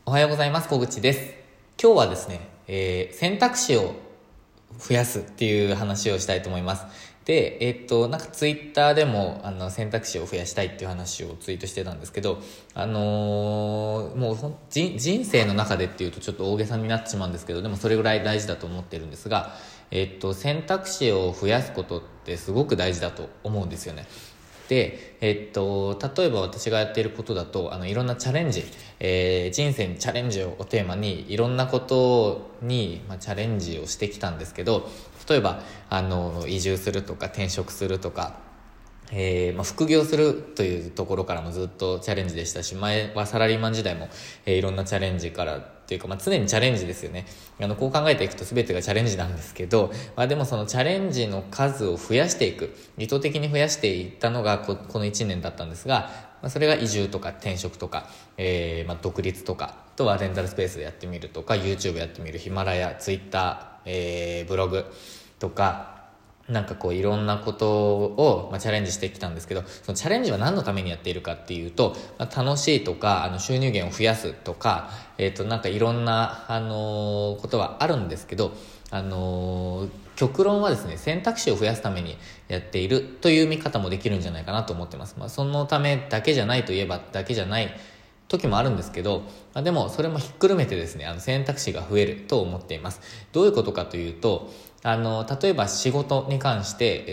おはようございます。小口です。今日はですね、選択肢を増やすっていう話をしたいと思います。で、なんかツイッターでも選択肢を増やしたいっていう話をツイートしてたんですけど、もう人生の中でっていうとちょっと大げさになってしまうんですけど、でもそれぐらい大事だと思ってるんですが、選択肢を増やすことってすごく大事だと思うんですよね。で、例えば私がやっていることだといろんなチャレンジ、人生にチャレンジをテーマにいろんなことに、チャレンジをしてきたんですけど、例えば移住するとか転職するとか、副業するというところからもずっとチャレンジでしたし、前はサラリーマン時代も、いろんなチャレンジからっていうか、常にチャレンジですよね。こう考えていくと全てがチャレンジなんですけど、でもそのチャレンジの数を増やしていく、意図的に増やしていったのがこの1年だったんですが、それが移住とか転職とか、独立とか、あとはレンタルスペースでやってみるとか、YouTube やってみる、ヒマラヤ、Twitter、ブログとか、なんかこういろんなことを、チャレンジしてきたんですけど、そのチャレンジは何のためにやっているかっていうと、楽しいとか収入源を増やすとか、なんかいろんなことはあるんですけど、極論はですね、選択肢を増やすためにやっているという見方もできるんじゃないかなと思ってます。そのためだけじゃないといえばだけじゃない時もあるんですけど、でもそれもひっくるめてですね、選択肢が増えると思っています。どういうことかというと、例えば仕事に関して、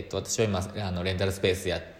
私は今レンタルスペースやって、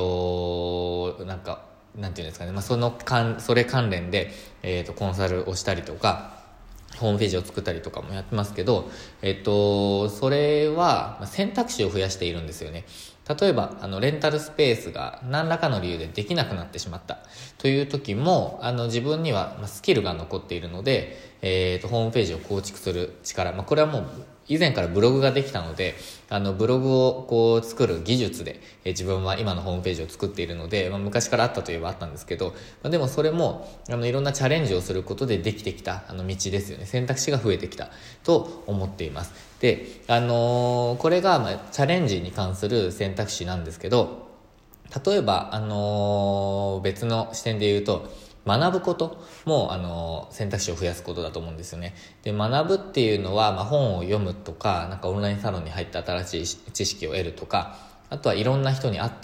なんていうんですかね、それ関連で、コンサルをしたりとか、ホームページを作ったりとかもやってますけど、それは選択肢を増やしているんですよね。例えばレンタルスペースが何らかの理由でできなくなってしまったという時も、自分にはスキルが残っているので、ホームページを構築する力、これはもう以前からブログができたので、ブログをこう作る技術で、自分は今のホームページを作っているので、昔からあったといえばあったんですけど、でもそれもいろんなチャレンジをすることでできてきた道ですよね。選択肢が増えてきたと思っています。で、これがチャレンジに関する選択肢なんですけど、例えば別の視点で言うと、学ぶことも選択肢を増やすことだと思うんですよね。で、学ぶっていうのは、本を読むとか、なんかオンラインサロンに入って新しい知識を得るとか、あとはいろんな人に会って、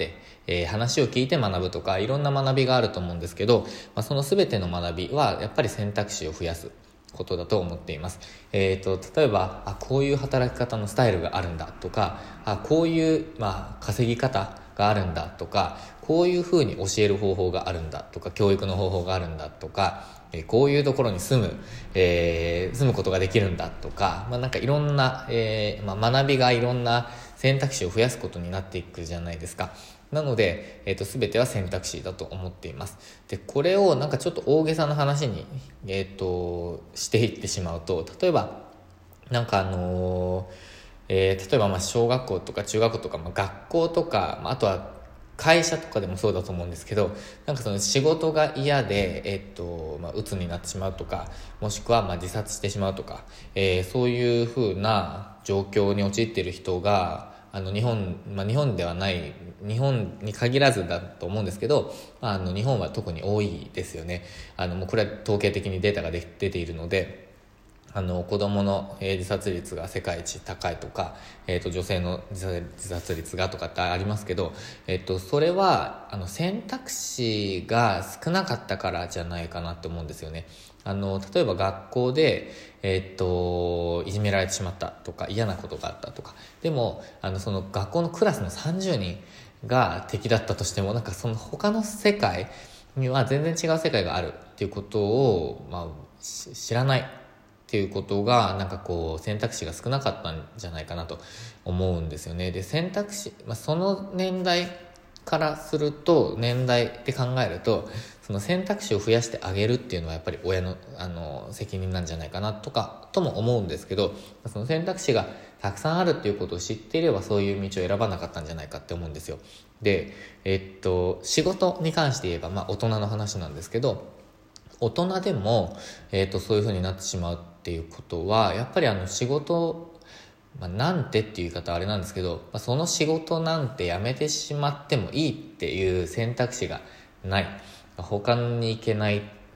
話を聞いて学ぶとか、いろんな学びがあると思うんですけど、その全ての学びはやっぱり選択肢を増やすことだと思っています。例えばこういう働き方のスタイルがあるんだとか、こういう、稼ぎ方があるんだとか、こういうふうに教える方法があるんだとか、教育の方法があるんだとか、こういうところに住むことができるんだとか、なんかいろんな、学びがいろんな選択肢を増やすことになっていくじゃないですか。なので、全ては選択肢だと思っています。で、これをなんかちょっと大げさな話に、していってしまうと、例えばなんか例えば小学校とか中学校とか、学校とか、あとは会社とかでもそうだと思うんですけど、なんかその仕事が嫌で、鬱になってしまうとか、もしくは自殺してしまうとか、そういう風な状況に陥っている人が日本ではない、日本に限らずだと思うんですけど、日本は特に多いですよね。もうこれは統計的にデータが出ているので、子供の自殺率が世界一高いとか、女性の自殺率がとかってありますけど、それは選択肢が少なかったからじゃないかなって思うんですよね。例えば学校で、いじめられてしまったとか、嫌なことがあったとか、でもその学校のクラスの30人が敵だったとしても、なんかその他の世界には全然違う世界があるっていうことを、知らないっていうことが、なんかこう選択肢が少なかったんじゃないかなと思うんですよね。で、選択肢、その年代からすると、年代って考えると、その選択肢を増やしてあげるっていうのはやっぱり親の責任なんじゃないかなとも思うんですけど、その選択肢がたくさんあるっていうことを知っていれば、そういう道を選ばなかったんじゃないかって思うんですよ。で、仕事に関して言えば、大人の話なんですけど、大人でも、そういう風になってしまうっていうことは、やっぱり仕事、なんてっていう言い方はあれなんですけど、その仕事なんてやめてしまってもいいっていう選択肢がない。他に行けない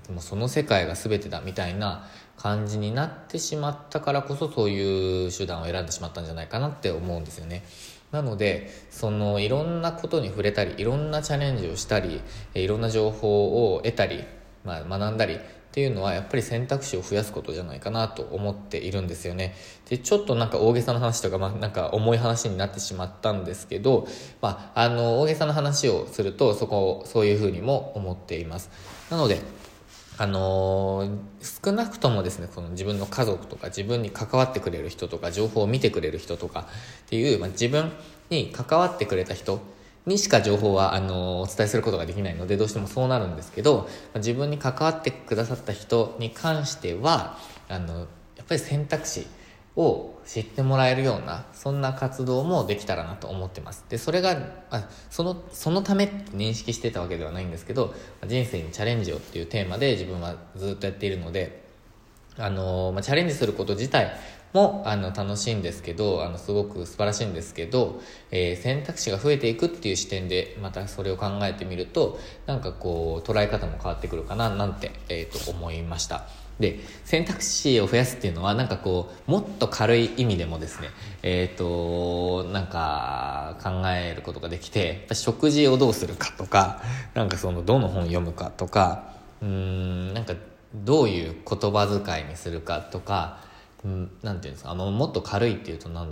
もうその世界が全てだみたいな感じになってしまったからこそ、そういう手段を選んでしまったんじゃないかなって思うんですよね。なのでいろんなことに触れたり、いろんなチャレンジをしたり、いろんな情報を得たり、学んだりっていうのはやっぱり選択肢を増やすことじゃないかなと思っているんですよね。でちょっと大げさな話とか、重い話になってしまったんですけど、大げさな話をするとそういうふうにも思っています。なので少なくともですね、この自分の家族とか自分に関わってくれる人とか情報を見てくれる人とかっていう、自分に関わってくれた人にしか情報はお伝えすることができないので、どうしてもそうなるんですけど、自分に関わってくださった人に関してはやっぱり選択肢を知ってもらえるような、そんな活動もできたらなと思ってます。でそれがそのためって認識してたわけではないんですけど、人生にチャレンジをっていうテーマで自分はずっとやっているので、チャレンジすること自体も楽しいんですけど、すごく素晴らしいんですけど、選択肢が増えていくっていう視点でまたそれを考えてみると、捉え方も変わってくるかななんて、思いました。で選択肢を増やすっていうのはもっと軽い意味でもですね、考えることができて、やっぱ食事をどうするかとか、どの本を読むかとか、どういう言葉遣いにするかとか、なんていうんですか、もっと軽いっていうとど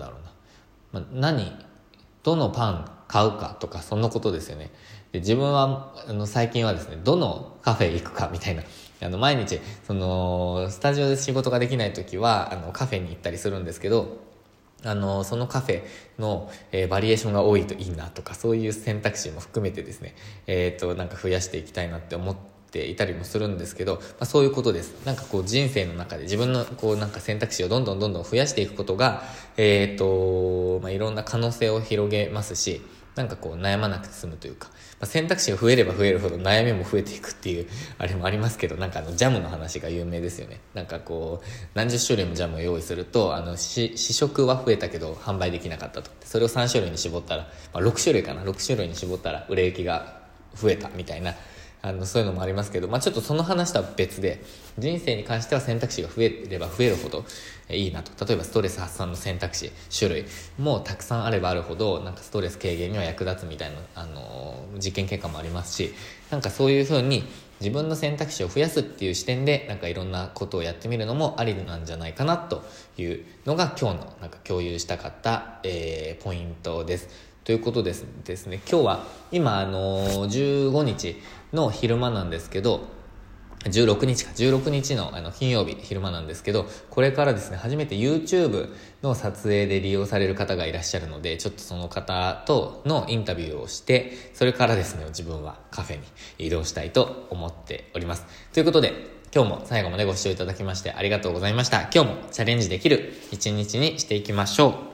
のパン買うかとか、そんなことですよね。で自分は最近はですね、どのカフェ行くかみたいな、毎日スタジオで仕事ができない時はカフェに行ったりするんですけど、そのカフェの、バリエーションが多いといいなとか、そういう選択肢も含めてですね、増やしていきたいなって思っていたりもするんですけど、そういうことです。人生の中で自分の選択肢をどんどん増やしていくことが、いろんな可能性を広げますし、悩まなくて済むというか、選択肢が増えれば増えるほど悩みも増えていくっていうあれもありますけど、ジャムの話が有名ですよね。何十種類もジャムを用意すると試食は増えたけど販売できなかったと。それを3種類に絞ったら、6種類に絞ったら売れ行きが増えたみたいな、そういうのもありますけど、ちょっとその話とは別で、人生に関しては選択肢が増えれば増えるほどいいなと。例えばストレス発散の選択肢、種類もたくさんあればあるほどストレス軽減には役立つみたいな、実験結果もありますし、そういう風に自分の選択肢を増やすっていう視点でいろんなことをやってみるのもありなんじゃないかなというのが今日の共有したかった、ポイントです。ということですね、今日は今15日の昼間なんですけど、16日の金曜日昼間なんですけど、これからですね、初めて YouTube の撮影で利用される方がいらっしゃるので、ちょっとその方とのインタビューをして、それからですね、自分はカフェに移動したいと思っております。ということで、今日も最後までご視聴いただきましてありがとうございました。今日もチャレンジできる一日にしていきましょう。